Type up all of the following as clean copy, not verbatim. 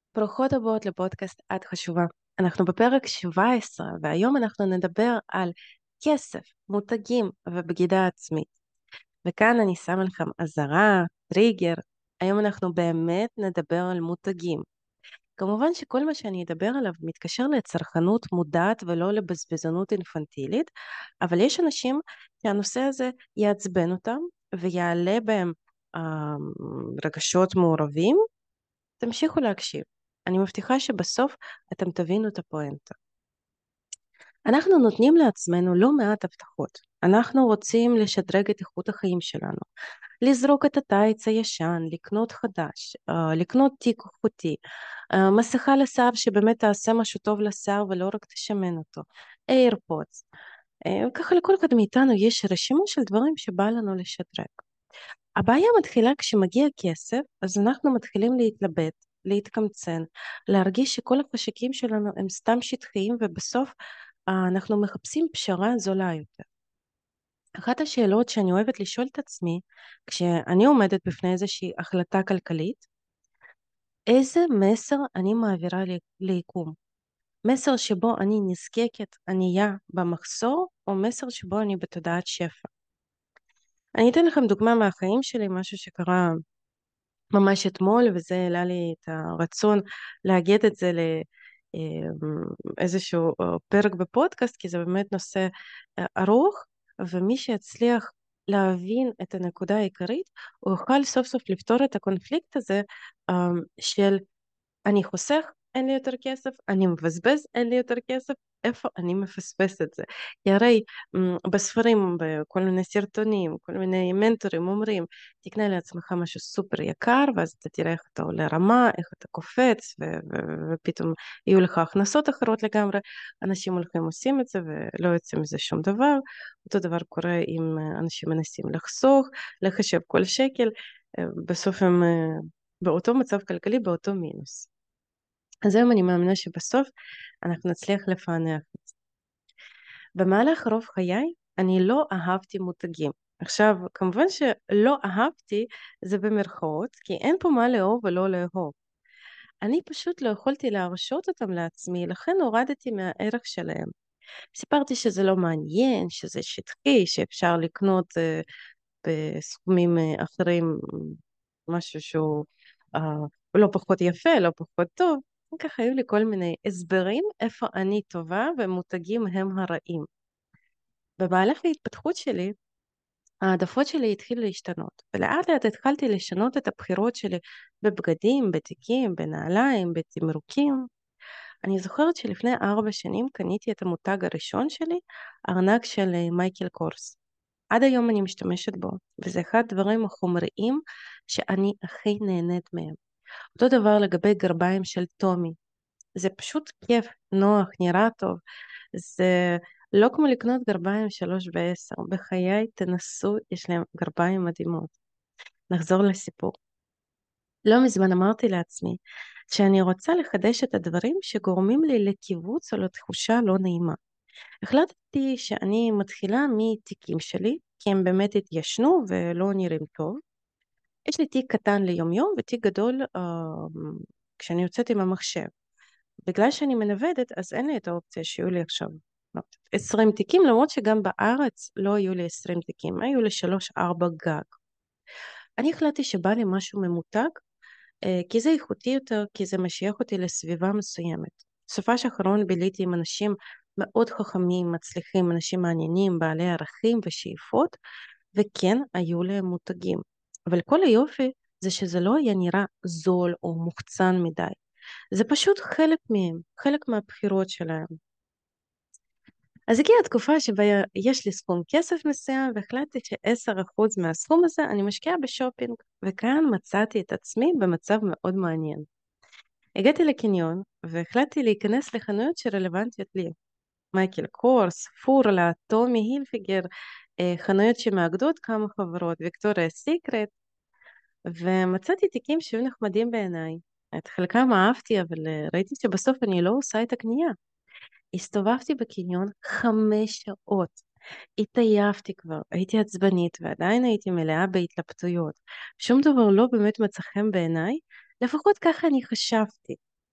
ברוכות הבאות לפודקאסט את חשובה. אנחנו בפרק 17 והיום אנחנו נדבר על כסף, מותגים ובגידה עצמית. וכאן אני שמה לכם אזהרה, טריגר. היום אנחנו באמת נדבר על מותגים. כמובן שכל מה שאני אדבר עליו מתקשר לצרכנות מודעת ולא לבזבזנות אינפנטילית, אבל יש אנשים שהנושא הזה יעצבן אותם ויעלה בהם רגשות מעורבים. תמשיכו להקשיב. אני מבטיחה שבסוף אתם תבינו את הפואנטה. אנחנו נותנים לעצמנו לא מעט הבטחות. אנחנו רוצים לשדרג את איכות החיים שלנו, לזרוק את הטייץ הישן, לקנות חדש, לקנות תיק איכותי, מסכה לשיער שבאמת תעשה משהו טוב לשיער ולא רק תשמן אותו, איירפודס. ככה לכל אחד מאיתנו יש רשימה של דברים שבא לנו לשדרג. הבעיה מתחילה כשמגיע כסף, אז אנחנו מתחילים להתלבט, להתקמצן, להרגיש שכל החשיקים שלנו הם סתם שטחיים ובסוף אנחנו מחפשים פשרה זולה יותר. אחת השאלות שאני אוהבת לשאול את עצמי כשאני עומדת בפני איזושהי החלטה כלכלית, איזה מסר אני מעבירה ליקום? מסר שבו אני נזקקת, ענייה במחסור, או מסר שבו אני בתודעת שפע? אני אתן לכם דוגמה מהחיים שלי, משהו שקרה ממש אתמול, וזה העלה לי את הרצון להגיד את זה לאיזשהו פרק בפודקאסט, כי זה באמת נושא ארוך, ומי שיצליח להבין את הנקודה העיקרית, הוא יוכל סוף סוף לפתור את הקונפליקט הזה של אני חוסך, אין לי יותר כסף, אני מבזבז, אין לי יותר כסף, איפה אני מפספס את זה? כי הרי בספרים, בכל מיני סרטונים, כל מיני מנטורים אומרים, תקנה לעצמך משהו סופר יקר, ואז אתה תראה איך אתה עולה רמה, איך אתה קופץ, ופתאום יהיו לך הכנסות אחרות לגמרי. אנשים הולכים עושים את זה, ולא יוצא מזה שום דבר. אותו דבר קורה אם אנשים מנסים לחסוך, לחשב כל שקל, בסוף הם באותו מצב כלכלי, באותו מינוס. אז היום אני מאמינה שבסוף אנחנו נצליח לפענח את זה. במהלך רוב חיי אני לא אהבתי מותגים. עכשיו, כמובן שלא אהבתי זה במרכאות, כי אין פה מה לאהוב ולא לאהוב. אני פשוט לא יכולתי להרשות אותם לעצמי, לכן הורדתי מהערך שלהם. סיפרתי שזה לא מעניין, שזה שטחי, שאפשר לקנות בסכומים אחרים משהו שהוא לא פחות יפה, לא פחות טוב. ככה היו לי כל מיני הסברים איפה אני טובה ומותגים הם הרעים. במהלך ההתפתחות שלי, העדפות שלי התחילו להשתנות, ולאט לאט התחלתי לשנות את הבחירות שלי בבגדים, בתיקים, בנעליים, בתמרוקים. אני זוכרת שלפני 4 שנים קניתי את המותג הראשון שלי, ארנק של מייקל קורס. עד היום אני משתמשת בו, וזה אחד הדברים החומריים שאני הכי נהנית מהם. אותו דבר לגבי גרביים של טומי. זה פשוט כיף, נוח, נראה טוב. זה לא כמו לקנות גרביים 3 ב-10. בחיי תנסו, יש להם גרביים מדהימות. נחזור לסיפור. לא מזמן אמרתי לעצמי שאני רוצה לחדש את הדברים שגורמים לי לקיבוץ או לתחושה לא נעימה. החלטתי שאני מתחילה מתיקים שלי, כי הם באמת התיישנו ולא נראים טוב. יש לי תיק קטן ליום יום ותיק גדול כשאני יוצאת עם המחשב. בגלל שאני מנוודת, אז אין לי את האופציה שיהיו לי עכשיו 20 תיקים, למרות שגם בארץ לא היו לי 20 תיקים, היו לי 3-4 גג. אני החלטתי שבא לי משהו ממותג, כי זה איכותי יותר, כי זה משיך אותי לסביבה מסוימת. סופה האחרון ביליתי עם אנשים מאוד חכמים, מצליחים, אנשים מעניינים, בעלי ערכים ושאיפות, וכן, היו להם מותגים. אבל כל היופי זה שזה לא היה נראה זול או מוחצן מדי. זה פשוט חלק מהם, חלק מהבחירות שלהם. אז הגיעה התקופה שבה יש לי סכום כסף מסוים, והחלטתי ש10% מהסכום הזה אני משקיעה בשופינג, וכאן מצאתי את עצמי במצב מאוד מעניין. הגעתי לקניון, והחלטתי להיכנס לחנויות שרלוונטיות לי. מייקל קורס, פורלה, טומי הילפיגר, חנויות שמאגדות כמה חברות, ויקטוריה סיקרט, ומצאתי תיקים שהיו נחמדים בעיניי. את חלקם אהבתי, אבל ראיתי שבסוף אני לא עושה את הקנייה. הסתובבתי בקניון 5 שעות. התעייפתי כבר, הייתי עצבנית ועדיין הייתי מלאה בהתלבטויות. שום דבר לא באמת מצא חן בעיניי, לפחות ככה אני חשבתי.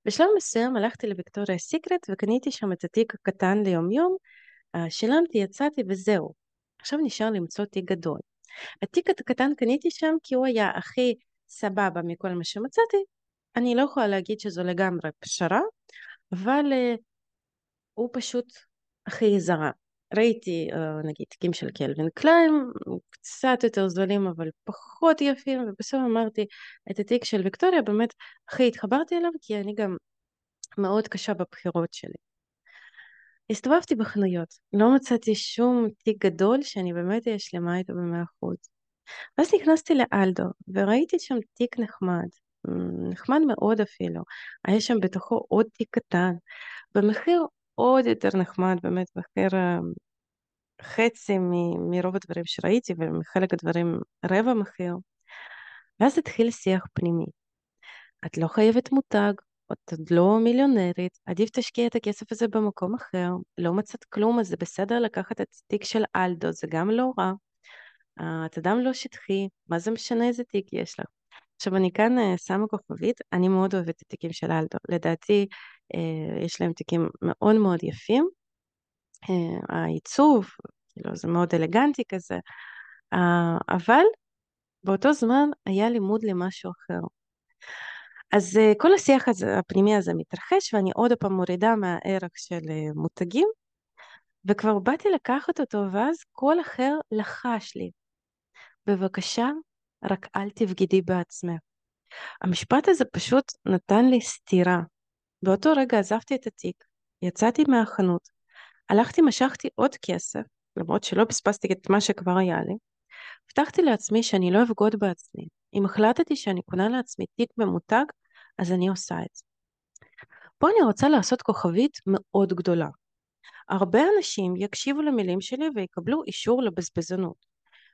בשלב מסוים הלכתי לוויקטוריה סיקרט וקניתי שם את התיק הקטן ליום יום, שילמתי, יצאתי וזהו. עכשיו נשאר למצוא תיק גדול. התיק הקטן קניתי שם כי הוא היה הכי סבבה מכל מה שמצאתי. אני לא יכולה להגיד שזו לגמרי פשרה, אבל הוא פשוט הכי זרה. ראיתי נגיד תיקים של קלווין קליין, קצת יותר זולים אבל פחות יפים, ובסוף אמרתי את התיק של ויקטוריה באמת הכי התחברתי אליו, כי אני גם מאוד קשה בבחירות שלי. הסתובבתי בחנויות, לא מצאתי שום תיק גדול שאני באמת אהיה שלמה איתו ב100%. ואז נכנסתי לאלדו וראיתי שם תיק נחמד, נחמד מאוד אפילו. היה שם בתוכו עוד תיק קטן, במחיר עוד יותר נחמד, באמת מחיר חצי מרוב הדברים שראיתי, ומחלק הדברים רבע מחיר. ואז התחיל שיח פנימי. את לא חייבת מותג, את עוד לא מיליונרית, עדיף תשקיע את הכסף הזה במקום אחר, לא מצאת כלום, אז זה בסדר לקחת את התיק של אלדו, זה גם לא רע. את אדם לא שטחי, מה זה משנה איזה תיק יש לך? עכשיו אני כאן שמה כוכבית, אני מאוד אוהבת את התיקים של אלדו, לדעתי יש להם תיקים מאוד מאוד יפים, העיצוב, כאילו זה מאוד אלגנטי כזה, אבל באותו זמן היה לימוד למשהו אחר. אז כל השיח הזה, הפנימי הזה מתרחש, ואני עוד פעם מורידה מהערך של מותגים, וכבר באתי לקחת אותו, ואז כל אחר לחש לי, בבקשה, רק אל תבגדי בעצמך. המשפט הזה פשוט נתן לי סתירה. באותו רגע עזבתי את התיק, יצאתי מהחנות, הלכתי, משכתי עוד כסף, למרות שלא פספסתי את מה שכבר היה לי, הבטחתי לעצמי שאני לא אבגוד בעצמי. אם החלטתי שאני קונה לעצמי תיק במותג, אז אני עושה את זה. פה אני רוצה לעשות כוכבית מאוד גדולה. הרבה אנשים יקשיבו למילים שלי ויקבלו אישור לבזבזנות.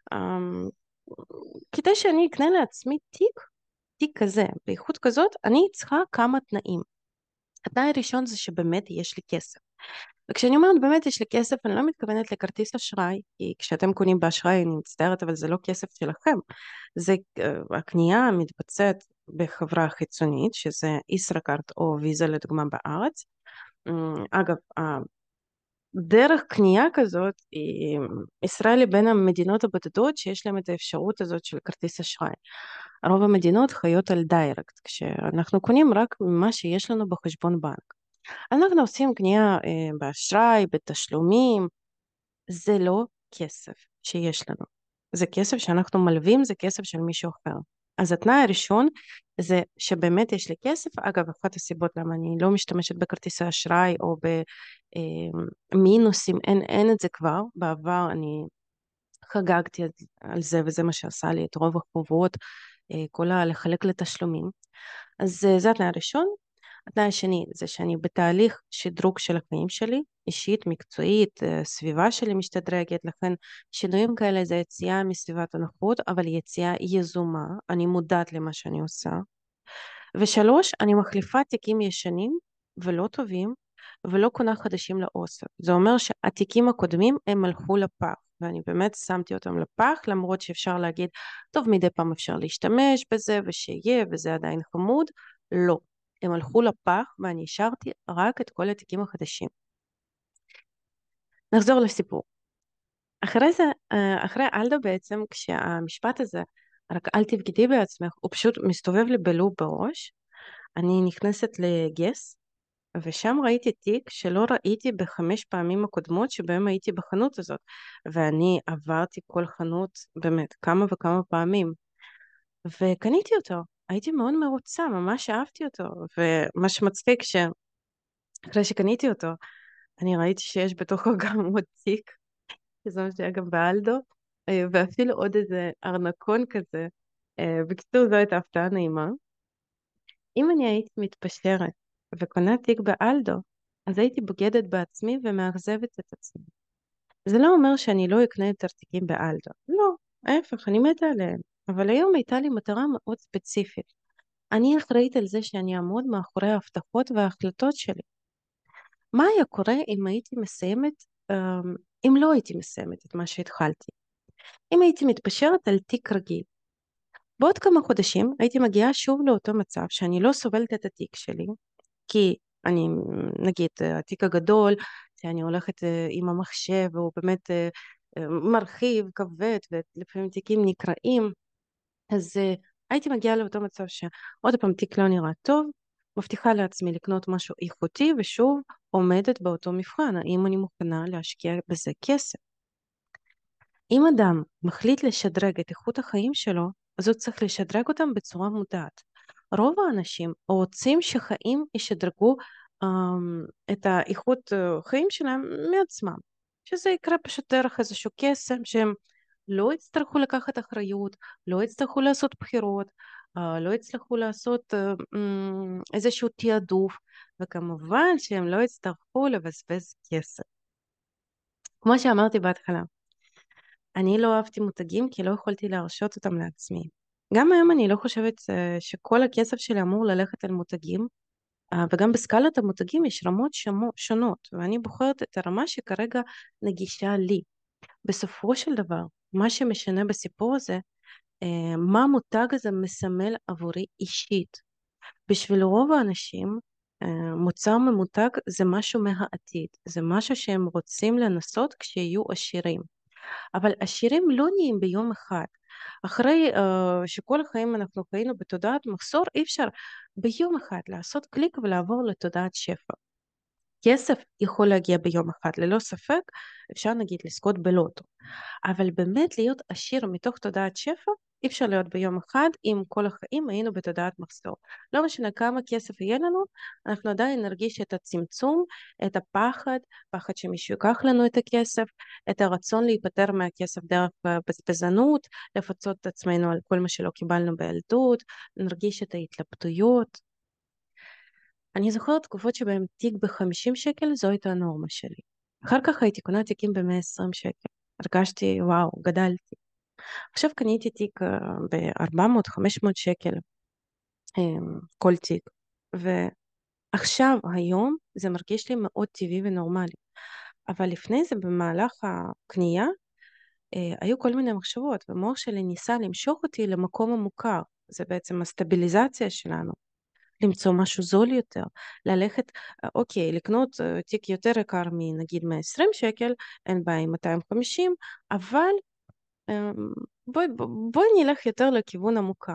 כדי שאני אקנה לעצמי תיק כזה, באיכות כזאת, אני צריכה כמה תנאים. התנאי הראשון זה שבאמת יש לי כסף. וכשאני אומרת באמת יש לי כסף, אני לא מתכוונת לכרטיס אשראי, כי כשאתם קונים באשראי, אני מצטערת, אבל זה לא כסף שלכם. זה, הקנייה מתבצעת בחברה חיצונית, שזה ישראכרט או ויזה לדוגמה בארץ. אגב, דרך קנייה כזאת, ישראל היא בין המדינות הבודדות שיש להם את האפשרות הזאת של כרטיס אשראי. רוב המדינות חיות על דיירקט, כשאנחנו קונים רק מה שיש לנו בחשבון בנק. אנחנו עושים קנייה באשראי, בתשלומים, זה לא כסף שיש לנו. זה כסף שאנחנו מלווים, זה כסף של מישהו אחר. אז התנאי הראשון זה שבאמת יש לי כסף. אגב, אחת הסיבות למה אני לא משתמשת בכרטיסי אשראי או במינוסים, אין את זה כבר. בעבר אני חגגתי על זה, וזה מה שעשה לי את רוב החובות, כל לחלק לתשלומים. אז זה התנאי הראשון. התנאי השני זה שאני בתהליך שדרוג של החיים שלי, אישית, מקצועית, סביבה שלי משתדרגת, לכן שינויים כאלה זה יציאה מסביבת הנוחות, אבל יציאה יזומה, אני מודעת למה שאני עושה. ושלוש, אני מחליפה תיקים ישנים ולא טובים, ולא קונה חדשים לאוסף. זה אומר שהתיקים הקודמים הם הלכו לפח, ואני באמת שמתי אותם לפח, למרות שאפשר להגיד, טוב, מדי פעם אפשר להשתמש בזה, ושיהיה, וזה עדיין חמוד. לא. הם הלכו לפח, ואני השארתי רק את כל התיקים החדשים. נחזור לסיפור. אחרי זה, אחרי אלדו בעצם, כשהמשפט הזה, רק אל תבגדי בעצמך, הוא פשוט מסתובב לי בלופ בראש, אני נכנסת לגס, ושם ראיתי תיק שלא ראיתי ב5 פעמים הקודמות שבהם הייתי בחנות הזאת, ואני עברתי כל חנות באמת כמה וכמה פעמים, וקניתי אותו. הייתי מאוד מרוצה, ממש אהבתי אותו, ומה שמצחיק שאחרי שקניתי אותו, אני ראיתי שיש בתוכו גם עוד תיק, שזה מה שהיה גם באלדו, ואפילו עוד איזה ארנקון כזה. בקיצור, זו הייתה הפתעה נעימה. אם אני הייתי מתפשרת וקונה תיק באלדו, אז הייתי בוגדת בעצמי ומאכזבת את עצמי. זה לא אומר שאני לא אקנה יותר תיקים באלדו. לא, ההפך, אני מתה עליהם. אבל היום הייתה לי מטרה מאוד ספציפית. אני אחראית על זה שאני אעמוד מאחורי ההבטחות וההחלטות שלי. מה היה קורה אם הייתי מסיימת, אם לא הייתי מסיימת את מה שהתחלתי? אם הייתי מתפשרת על תיק רגיל. בעוד כמה חודשים הייתי מגיעה שוב לאותו מצב שאני לא סובלת את התיק שלי, כי אני, נגיד, התיק הגדול, שאני הולכת עם המחשב, והוא באמת מרחיב, כבד, ולפעמים תיקים נקראים, אז הייתי מגיעה לאותו מצב שעוד פעם תיק לא נראה טוב, מבטיחה לעצמי לקנות משהו איכותי, ושוב עומדת באותו מבחן, האם אני מוכנה להשקיע בזה כסף. אם אדם מחליט לשדרג את איכות החיים שלו, אז הוא צריך לשדרג אותם בצורה מודעת. רוב האנשים רוצים שחיים ישדרגו את האיכות חיים שלהם מעצמם, שזה יקרה פשוט דרך איזשהו קסם שהם לא יצטרכו לקחת אחריות, לא יצטרכו לעשות בחירות, לא יצטרכו לעשות איזשהו תעדוף, וכמובן שהם לא יצטרכו לבזבז כסף. כמו שאמרתי בהתחלה, אני לא אהבתי מותגים כי לא יכולתי להרשות אותם לעצמי. גם היום אני לא חושבת שכל הכסף שלי אמור ללכת על מותגים, וגם בסקלת המותגים יש רמות שונות, ואני בוחרת את הרמה שכרגע נגישה לי. בסופו של דבר, מה שמשנה בסיפור הזה, מה המותג הזה מסמל עבורי אישית. בשביל רוב האנשים, מוצר ממותג זה משהו מהעתיד, זה משהו שהם רוצים לנסות כשיהיו עשירים. אבל עשירים לא נהיים ביום אחד. אחרי שכל החיים אנחנו חיינו בתודעת מחסור, אי אפשר ביום אחד לעשות קליק ולעבור לתודעת שפע. כסף יכול להגיע ביום אחד, ללא ספק, אפשר נגיד לזכות בלוטו. אבל באמת להיות עשיר מתוך תודעת שפע, אי אפשר להיות ביום אחד אם כל החיים היינו בתודעת מחסור. לא משנה כמה כסף יהיה לנו, אנחנו עדיין נרגיש את הצמצום, את הפחד, פחד שמישהו ייקח לנו את הכסף, את הרצון להיפטר מהכסף דרך בזבזנות, לפצות את עצמנו על כל מה שלא קיבלנו בילדות, נרגיש את ההתלבטויות. אני זוכרת תקופות שבהם תיק ב-50 שקל זו הייתה הנורמה שלי. אחר כך הייתי קונה תיקים ב-120 שקל. הרגשתי, וואו, גדלתי. עכשיו קניתי תיק ב-400-500 שקל, כל תיק. ועכשיו, היום, זה מרגיש לי מאוד טבעי ונורמלי. אבל לפני זה, במהלך הקנייה, היו כל מיני מחשבות, והמוח שלי ניסה למשוך אותי למקום המוכר. זה בעצם הסטביליזציה שלנו. למצוא משהו זול יותר, ללכת, אוקיי, לקנות תיק יותר יקר מנגיד 120 שקל, אין בעיה עם 250, אבל בואי נלך יותר לכיוון המוכר.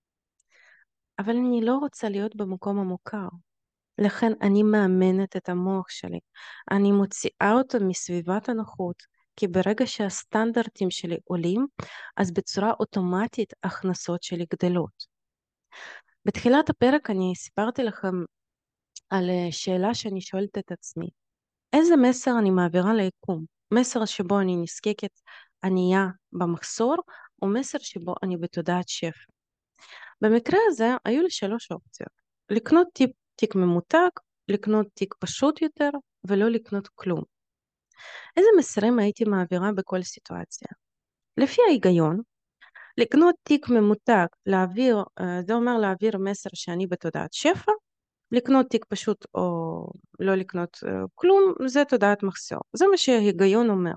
אבל אני לא רוצה להיות במקום המוכר. לכן אני מאמנת את המוח שלי. אני מוציאה אותו מסביבת הנוחות, כי ברגע שהסטנדרטים שלי עולים, אז בצורה אוטומטית ההכנסות שלי גדלות. בתחילת הפרק אני סיפרתי לכם על שאלה שאני שואלת את עצמי. איזה מסר אני מעבירה ליקום? מסר שבו אני נזקקת ענייה במחסור, או מסר שבו אני בתודעת שפע? במקרה הזה היו לי 3 אופציות. לקנות תיק ממותג, לקנות תיק פשוט יותר, ולא לקנות כלום. איזה מסרים הייתי מעבירה בכל סיטואציה? לפי ההיגיון, לקנות תיק ממותג, זה אומר להעביר מסר שאני בתודעת שפע, לקנות תיק פשוט או לא לקנות כלום, זה תודעת מחסור. זה מה שההיגיון אומר.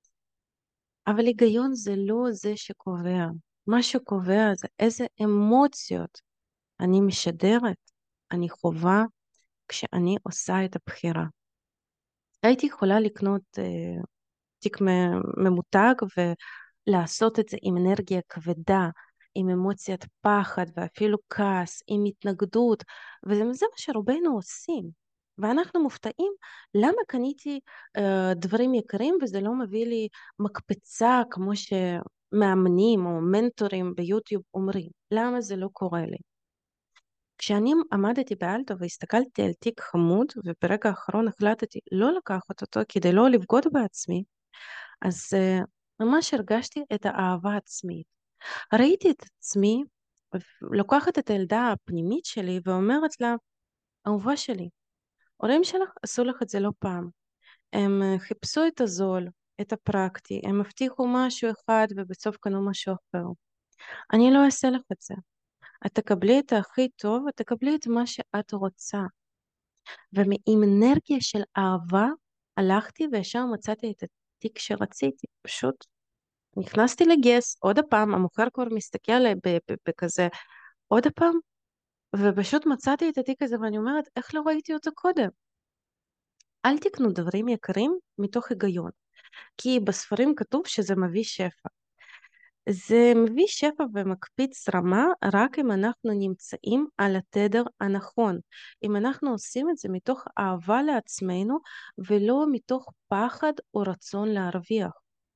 אבל היגיון זה לא זה שקובע. מה שקובע זה איזה אמוציות אני משדרת, אני חווה כשאני עושה את הבחירה. הייתי יכולה לקנות תיק ממותג ולעשות את זה עם אנרגיה כבדה, עם אמוציית פחד ואפילו כעס, עם התנגדות, וזה מה שרובנו עושים. ואנחנו מופתעים למה קניתי דברים יקרים וזה לא מביא לי מקפצה כמו שמאמנים או מנטורים ביוטיוב אומרים. למה זה לא קורה לי? כשאני עמדתי באלטו והסתכלתי על תיק חמוד וברגע האחרון החלטתי לא לקחת אותו כדי לא לבגוד בעצמי, אז ממש הרגשתי את האהבה העצמית. ראיתי את עצמי לוקחת את הילדה הפנימית שלי ואומרת לה, אהובה שלי, הורים שלך עשו לך את זה לא פעם. הם חיפשו את הזול, את הפרקטי, הם הבטיחו משהו אחד ובסוף קנו משהו אחר. אני לא אעשה לך את זה. את תקבלי את הכי טוב, את תקבלי את מה שאת רוצה. ועם אנרגיה של אהבה הלכתי וישר מצאתי את התיק שרציתי. פשוט נכנסתי לגס, עוד הפעם, המוכר כבר מסתכל עליי בכזה, עוד הפעם, ופשוט מצאתי את התיק הזה ואני אומרת, איך לא ראיתי אותו קודם? אל תקנו דברים יקרים מתוך היגיון, כי בספרים כתוב שזה מביא שפע. זה מביא שפע ומקפיץ רמה רק אם אנחנו נמצאים על התדר הנכון. אם אנחנו עושים את זה מתוך אהבה לעצמנו ולא מתוך פחד או רצון להרוויח.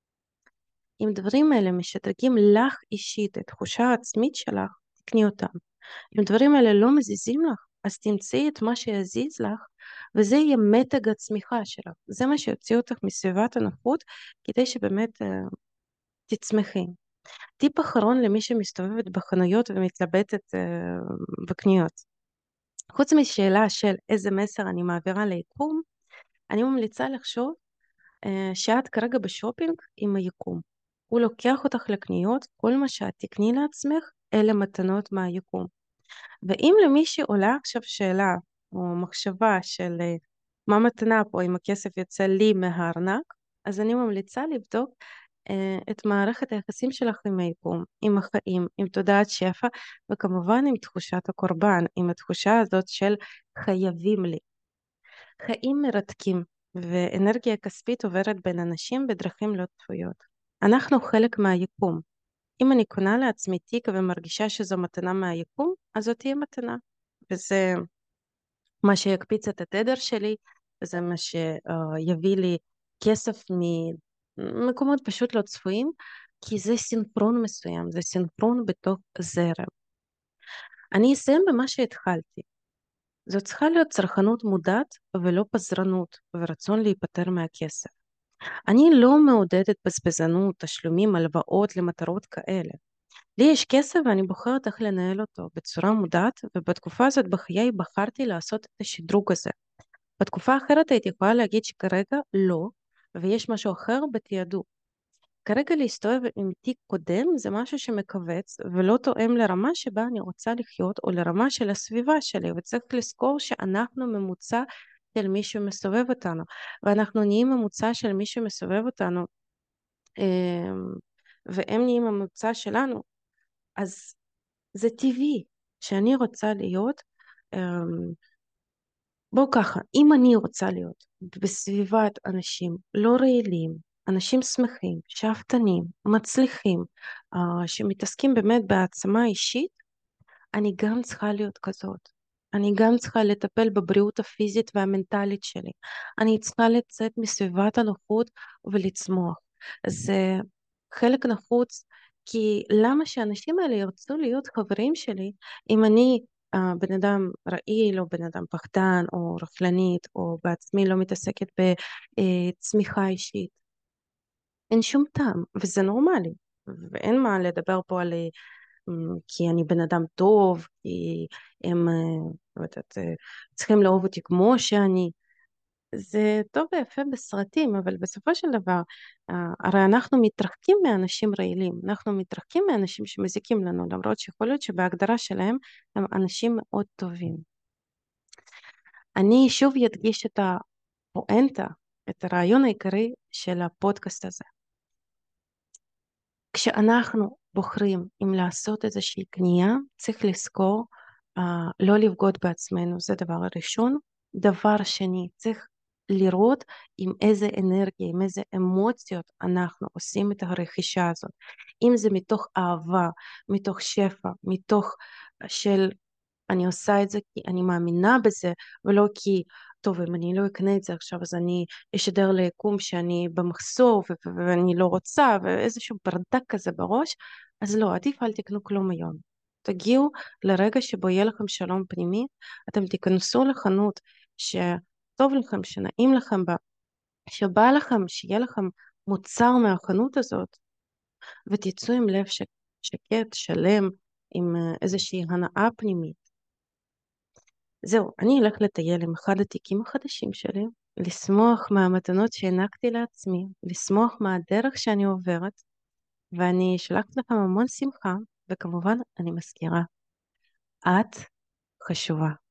אם דברים האלה משדרגים לך אישית את התחושה העצמית שלך, תקני אותם. אם דברים האלה לא מזיזים לך, אז תמצאי את מה שיזיז לך, וזה יהיה מתג הצמיחה שלך. זה מה שיוציא אותך מסביבת הנוחות, כדי שבאמת תצמחי. טיפ אחרון למי שמסתובבת בחנויות ומתלבטת בקניות. חוץ משאלה של איזה מסר אני מעבירה ליקום, אני ממליצה לחשוב שאת כרגע בשופינג עם היקום. הוא לוקח אותך לקניות, כל מה שאת תקני לעצמך, אלה מתנות מהיקום. ואם למישהי עולה עכשיו שאלה או מחשבה של מה מתנה פה אם הכסף יוצא לי מהארנק, אז אני ממליצה לבדוק את מערכת היחסים שלך עם היקום, עם החיים, עם תודעת שפע, וכמובן עם תחושת הקורבן, עם התחושה הזאת של חייבים לי. חיים מרתקים, ואנרגיה כספית עוברת בין אנשים בדרכים לא צפויות. אנחנו חלק מהיקום. אם אני קונה לעצמי תיק ומרגישה שזו מתנה מהיקום, אז זאת תהיה מתנה. וזה מה שיקפיץ את התדר שלי, וזה מה שיביא לי כסף ממקומות פשוט לא צפויים, כי זה סינכרון מסוים, זה סינכרון בתוך זרם. אני אסיים במה שהתחלתי. זו צריכה להיות צרכנות מודעת ולא פזרנות ורצון להיפטר מהכסף. אני לא מעודדת בזבזנות, תשלומים, הלוואות למטרות כאלה. לי יש כסף ואני בוחרת איך לנהל אותו בצורה מודעת, ובתקופה הזאת בחיי בחרתי לעשות את השדרוג הזה. בתקופה אחרת הייתי יכולה להגיד שכרגע לא, ויש משהו אחר בתיעדוף. כרגע להסתובב עם תיק קודם זה משהו שמכווץ ולא תואם לרמה שבה אני רוצה לחיות או לרמה של הסביבה שלי, וצריך לזכור שאנחנו ממוצע של מי שמסובב אותנו, ואנחנו נהיים ממוצע של מי שמסובב אותנו, והם נהיים ממוצע שלנו, אז זה טבעי שאני רוצה להיות, בואו ככה, אם אני רוצה להיות בסביבת אנשים לא רעילים, אנשים שמחים, שאפתנים, מצליחים, שמתעסקים באמת בהעצמה אישית, אני גם צריכה להיות כזאת. אני גם צריכה לטפל בבריאות הפיזית והמנטלית שלי. אני צריכה לצאת מסביבת הנוחות ולצמוח. זה חלק נחוץ, כי למה שאנשים האלה ירצו להיות חברים שלי אם אני בן אדם רעיל או בן אדם פחדן או רכלנית או בעצמי לא מתעסקת בצמיחה אישית? אין שום טעם, וזה נורמלי. ואין מה לדבר פה על כי אני בן אדם טוב, כי הם לא יודעת, צריכים לאהוב אותי כמו שאני. זה טוב ויפה בסרטים, אבל בסופו של דבר, הרי אנחנו מתרחקים מאנשים רעילים, אנחנו מתרחקים מאנשים שמזיקים לנו, למרות שיכול להיות שבהגדרה שלהם הם אנשים מאוד טובים. אני שוב אדגיש את הפואנטה, את הרעיון העיקרי של הפודקאסט הזה. כשאנחנו בוחרים אם לעשות איזושהי קנייה, צריך לזכור לא לבגוד בעצמנו, זה דבר ראשון. דבר שני, צריך לראות עם איזה אנרגיה, עם איזה אמוציות אנחנו עושים את הרכישה הזאת. אם זה מתוך אהבה, מתוך שפע, מתוך של אני עושה את זה כי אני מאמינה בזה, ולא כי, טוב, אם אני לא אקנה את זה עכשיו, אז אני אשדר ליקום שאני במחסור, ואני לא רוצה, ואיזשהו ברדק כזה בראש, אז לא, עדיף אל תקנו כלום היום. תגיעו לרגע שבו יהיה לכם שלום פנימי, אתם תיכנסו לחנות שטוב לכם, שנעים לכם בה, שבא לכם, שיהיה לכם מוצר מהחנות הזאת, ותצאו עם לב שקט, שלם, עם איזושהי הנאה פנימית. זהו, אני אלך לטייל עם אחד התיקים החדשים שלי, לשמוח מהמתנות שהענקתי לעצמי, לשמוח מהדרך שאני עוברת, ואני שולחת לכם המון שמחה, וכמובן אני מזכירה, את חשובה.